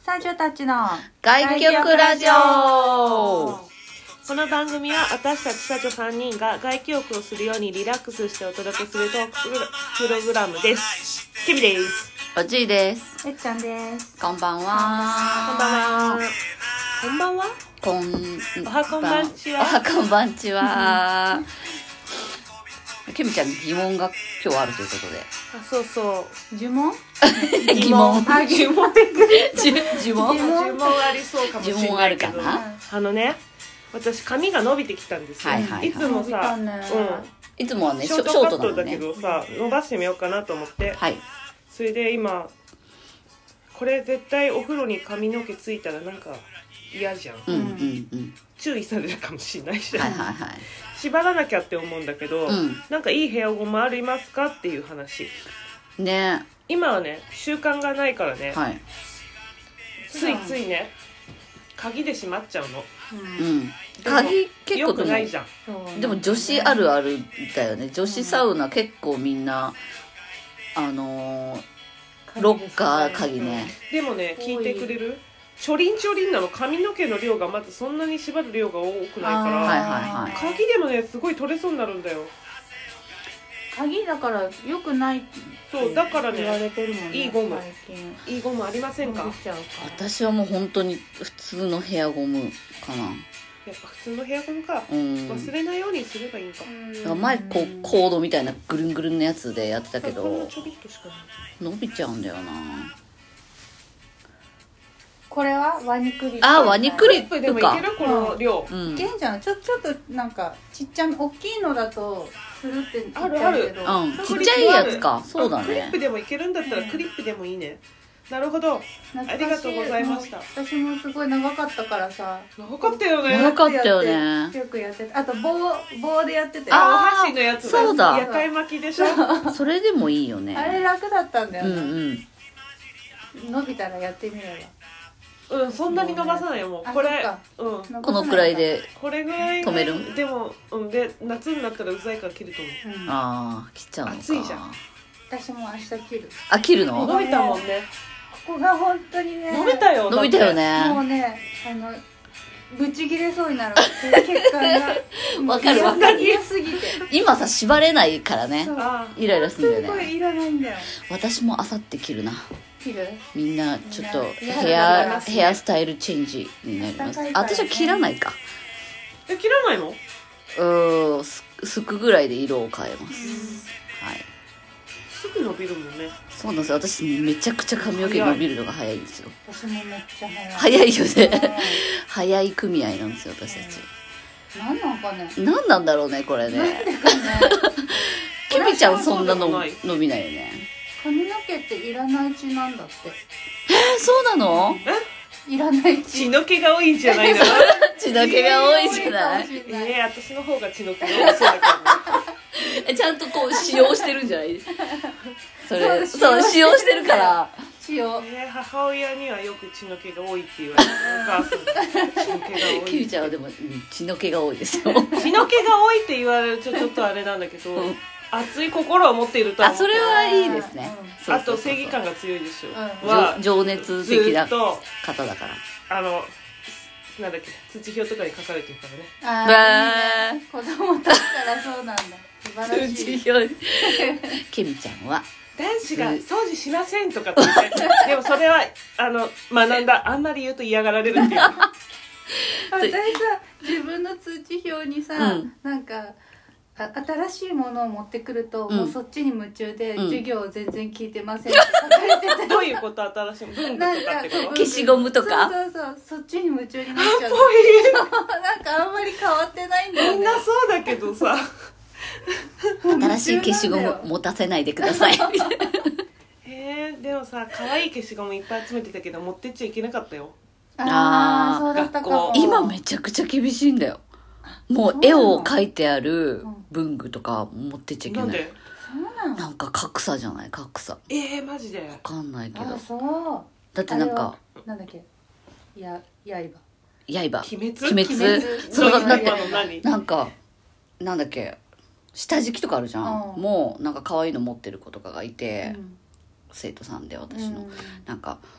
サ女たちの外局ラジオ。 この番組は私たちサ女3人が外気浴をするようにリラックスしてお届けするトークプログラムです。ケミです。 おじいです。 えっちゃんです。 こんばんは。 こんばんは。こんばんは。おはこんばんちは。 おはこんばんちは。ケミちゃん疑問が今日あるということで。 あ、そうそう。 呪文？ 疑問。 あ、呪文。 呪文？ 呪文ありそうかもしれないけど。 呪文あるかな？ あのね、私髪が伸びてきたんですよ。 はいはいはい、 いつもさ、 いつもはねショートカットだけどさ、伸ばしてみようかなと思って。 はい。 それで今これ絶対お風呂に髪の毛ついたらなんか嫌じゃん、 うんうんうん、 注意されるかもしれないし、 はいはいはい、 縛らなきゃって思うんだけど、なんかいいヘアゴムありますかっていう話ね。 今はね習慣がないからね、 はい、 ついついね鍵で閉まっちゃうの、 鍵結構よくないじゃん。 でも女子あるあるだよね。女子サウナ結構みんなロッカー鍵ね、 でもね聞いてくれる？ちょりんちょりんなの。髪の毛の量がまずそんなに縛る量が多くないから、 はいはいはい、 鍵でもねすごい取れそうになるんだよ。 鍵だから良くないってそうだからね言われてるもんね。 いいゴムいいゴムありませんか？ 私はもう本当に普通のヘアゴムかな。 やっぱ普通のヘアゴムか、忘れないようにすればいいんか。 前こうコードみたいなぐるんぐるんのやつでやってたけど伸びちゃうんだよな。 これはワニクリップ。 あ、ワニクリップか。 でもいけるこの量、 いけんじゃん。ちょっとなんかちっちゃめ、大きいのだとするってあるある、 ちっちゃいやつか。そうだね。 クリップでもいけるんだったらクリップでもいいね。なるほど、ありがとうございました。 私もすごい長かったからさ。 長かったよね。 長かったよね。 よくやってた。あと棒でやってて。 お箸のやつ。 そうだ。 夜会巻きでしょ。 それでもいいよね。 あれ楽だったんだよね。伸びたらやってみれば。そんなに伸ばさないよもう。これ、 このくらいでこれぐらい止める。 でもで夏になったらうざいから切ると思う。 ああ、切っちゃうのか。 暑いじゃん。 私も明日切る。 あ、切るの？ 伸びたもんね。 ここが本当にね。 伸びたよ。 伸びたよね。 もうね、ぶち切れそうになる。血管が。 わかるわかる。 嫌すぎて。 今さ縛れないからね。イライラするんだよね。 すごいいらないんだよ。 私もあさって切るな。 切る？ みんなちょっとヘアスタイルチェンジになります。私は切らないか。 切らないの？ すくぐらいで色を変えます。はい。 すぐ伸びるもんね。 そうなんですよ。私めちゃくちゃ髪の毛伸びるのが早いんですよ。 私もめっちゃ早いよね。早い組合なんですよ私たち。 なんなんかね。 なんなんだろうねこれね。 なんでかね。 ケミちゃんそんなの伸びないよね。 髪の毛っていらない血なんだって。 そうなの？ いらない血の毛が多いんじゃないの？ 血の毛が多いじゃない？ 私の方が血の毛が多そうだけど。 ちゃんとこう使用してるんじゃない？それそう使用してるから血を。 母親にはよく血の毛が多いって言われて、お母さん血の毛が多い。 キュウちゃんはでも血の毛が多いですよ。 血の毛が多いって言われるとちょっとあれなんだけど、熱い心を持っていると思う。 それはいいですね。 あと正義感が強いでしょ。 情熱的な方だから。 なんだっけ、土表とかに書かれてるからね。 子供たちからそうなんだ。素晴らしい。 ケミちゃんは男子が掃除しませんとかって言ってでもそれは学んだ。あんまり言うと嫌がられるっていう。 私さ自分の通知表にさ、なんか新しいものを持ってくると、もうそっちに夢中で、授業を全然聞いてませんって書かれてて。 どういうこと？新しい文具とかってこと？ 消しゴムとか？ そうそっちに夢中になっちゃう。なんかあんまり変わってないんだよね。 みんなそうだけどさ。 新しい消しゴム持たせないでください。 でもさ、可愛い消しゴムいっぱい集めてたけど持ってっちゃいけなかったよ。 そうだったかも。 今めちゃくちゃ厳しいんだよ。もう絵を描いてある文具とか持ってっちゃいけない。 なんで？ なんか格差じゃない？格差。 マジでわかんないけど。 だってなんかなんだっけ、刃鬼滅そうだってなんかなんだっけ、下敷きとかあるじゃん。もうなんか可愛いの持ってる子とかがいて、生徒さんで私のなんか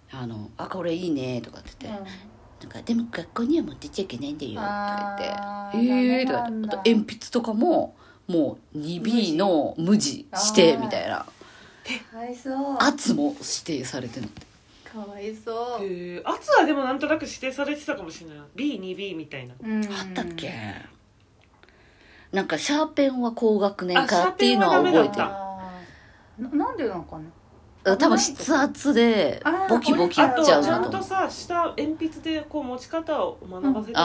これいいねとかって言って、なんかでも学校には持ってっちゃいけないんだよとか言ってとか、あと鉛筆とかももう 2B の無地指定みたいな、 かわいそう、 圧も指定されてるのって。 かわいそう。 圧はでもなんとなく指定されてたかもしれない。 B2B みたいな、 あったっけ。なんかシャーペンは高学年からっていうのは覚えてる。 なんでなのか多分筆圧でボキボキいっちゃうなと。 ちゃんとさ下鉛筆でこう持ち方を学ばせてるから、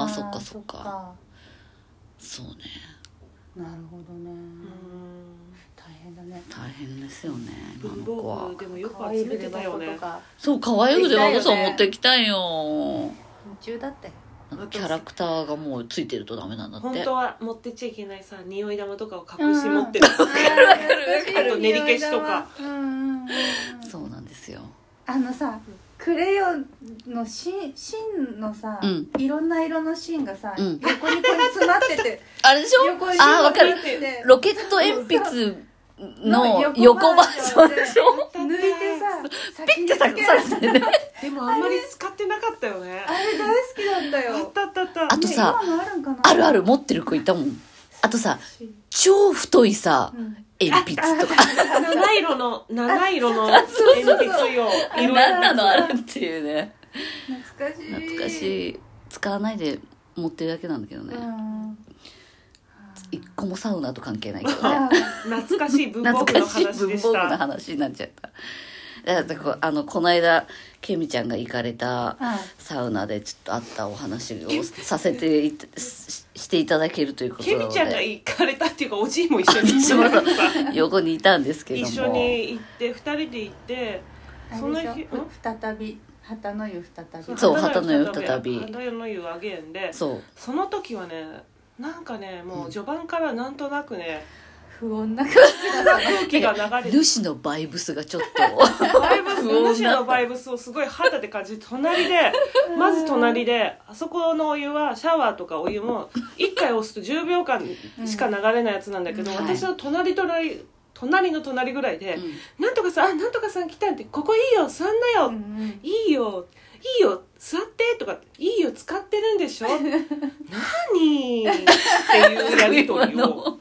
そっかそっか、そうね。 なるほどね。大変だね。 大変ですよね。 文房具でもよく集めてたよね。 そう可愛い筆箱さ持ってきたいよ。 夢中だったよ。 キャラクターがもうついてるとダメなんだって。 本当は持ってっちゃいけないさ匂い玉とかを隠し持ってる。あと練り消しとか。 そうなんですよ。 さクレヨンの芯のさ、いろんな色の芯がさ、横にこう詰まっててあれでしょ。わかる。ロケット鉛筆の横バージョンでしょ。 抜いてさピッて刺すね。 でもあんまり使ってなかったよね。 あれ大好きだったよ。 あったあとさ、ある持ってる子いたもん。あとさ超太いさ鉛筆とか七色の鉛筆よ。 何なのあれっていうね。 懐かしい。使わないで持ってるだけなんだけどね。一個もサウナと関係ないけどね。 懐かしい文房具の話でした。 文房具の話になっちゃった。この間ケミちゃんが行かれたサウナでちょっとあったお話をさせてしていただけるということなので、 ケミちゃんが行かれたっていうかおじいも一緒に行って横にいたんですけども、 一緒に行って2人で行って、その日再び旗の湯再び、 そう旗の湯再び旗の湯アゲンで、 その時はねなんかねもう序盤からなんとなくね、 不穏な空気が流れて、 主のバイブスがちょっと主のバイブスをすごい肌で感じて、まず隣であそこのお湯はシャワーとかお湯も1回押すと10秒間しか流れないやつなんだけど、私の隣の隣ぐらいで、なんとかさん来たんで、ここいいよ座んなよ、いいよ座ってとか、いいよ使ってるんでしょ何っていうやりとりを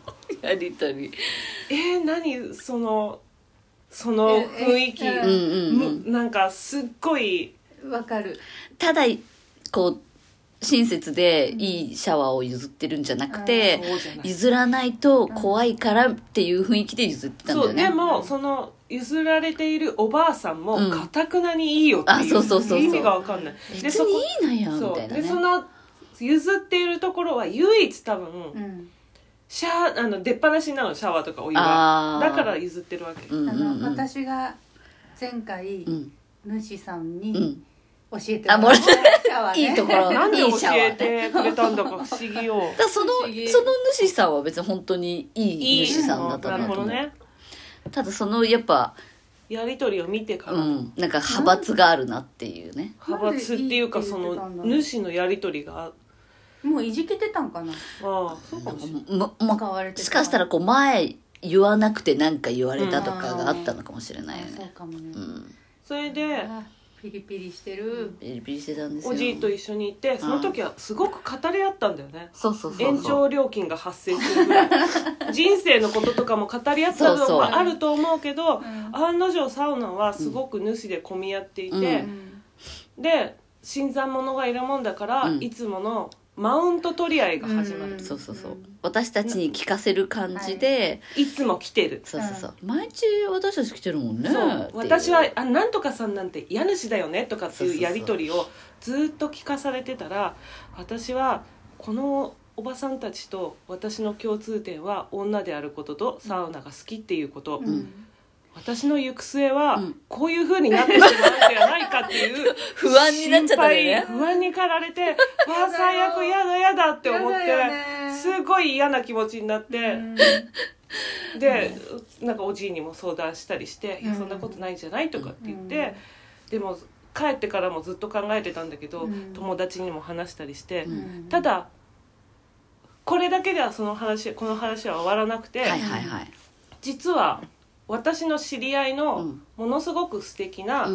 何その雰囲気、なんかすっごいわかる。 ただこう親切でいいシャワーを譲ってるんじゃなくて、譲らないと怖いからっていう雰囲気で譲ってたんだよね。 そうでもその譲られているおばあさんもかたくなにいいよっていう意味が分かんない。 別にいいのよみたいなね。 でその譲っているところは唯一多分、出っ放しなの、シャワーとかお湯が。だから譲ってるわけ。 私が前回、主さんに教えてもらったシャワーね。 いいところ、 なんで教えてくれたんだか不思議よ。 その主さんは別に本当にいい主さんだったんだと思う。なるほどね。ただそのやっぱやり取りを見てから、 なんか派閥があるなっていうね。 派閥っていうか、その主のやり取りがもういじけてたんかな。 そうかもしれない。 しかしたらこう前言わなくて何か言われたとかがあったのかもしれないよね。 そうかもね。 それでピリピリしてる。 ピリピリしてたんですよ。 おじいと一緒に行って、その時はすごく語り合ったんだよね。 そう延長料金が発生するぐらい人生のこととかも語り合ったのもあると思うけど、案の定サウナはすごく主で混み合っていて、で新参者がいるもんだから、いつものマウント取り合いが始まる。 そう私たちに聞かせる感じで、 いつも来てる。 毎日私たち来てるもんね。 私はなんとかさんなんて家主だよねとかっていうやり取りをずっと聞かされてたら、私はこのおばさんたちと私の共通点は女であることとサウナが好きっていうこと、私の行く末はこういう風になってしまうんではないかっていう不安になっちゃったね。 不安に駆られて、最悪やだって思って、すごい嫌な気持ちになって、でなんかおじいにも相談したりして「いやそんなことないんじゃない?」とかって言って、でも帰ってからもずっと考えてたんだけど、友達にも話したりして、ただこれだけではこの話は終わらなくて、実は私の知り合いのものすごく素敵な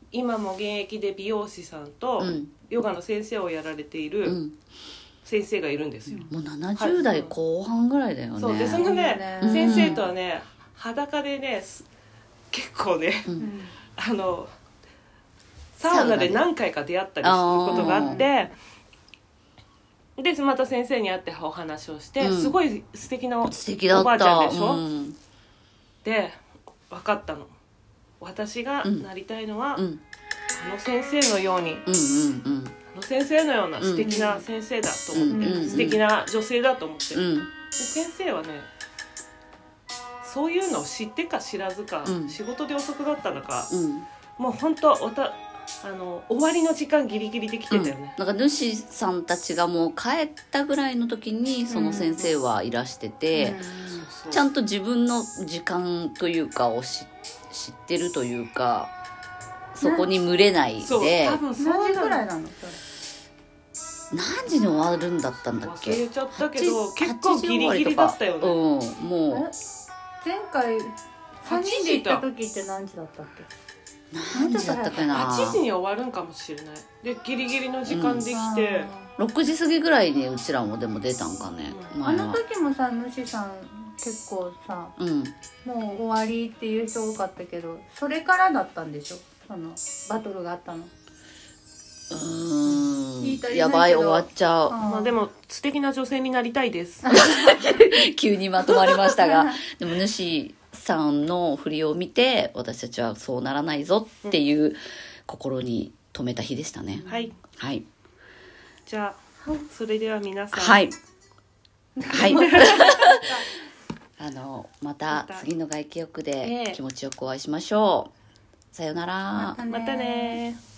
今も現役で美容師さんとヨガの先生をやられている先生がいるんですよ、 もう70代後半ぐらいだよね。 そうでそのね、先生とはね裸でね結構ね、サウナで何回か出会ったりすることがあって、でまた先生に会ってお話をして、すごい素敵なおばあちゃんでしょ、で分かったの。私がなりたいのは、あの先生のように、あの先生のような素敵な先生だと思って、素敵な女性だと思って、で先生はねそういうのを知ってか知らずか、仕事で遅くなったのか、もう本当終わりの時間ギリギリで来てたよね、 なんか主さんたちがもう帰ったぐらいの時にその先生はいらしてて、ちゃんと自分の時間というかを知ってるというか、そこに群れないで。 そう多分何時ぐらいなの？ 何時に終わるんだったんだっけ？ 忘れちゃったけど結構ギリギリだったよね。 もう前回3人で行った時って何時だったっけ？ 何時だったかな。 8時に終わるんかもしれない。でギリギリの時間できて、 6時過ぎぐらいにうちらもでも出たんかね、 あの時もさ主さん結構さ、もう終わりっていう人多かったけど、それからだったんでしょ、そのバトルがあったの。 やばい、終わっちゃう。 まあでも素敵な女性になりたいです急にまとまりましたがでも主さんの振りを見て、私たちはそうならないぞっていう心に留めた日でしたね。 はい、 はい、 じゃあそれでは皆さん、 はいはいまた次の外気浴で気持ちよくお会いしましょう。さよなら。 またね。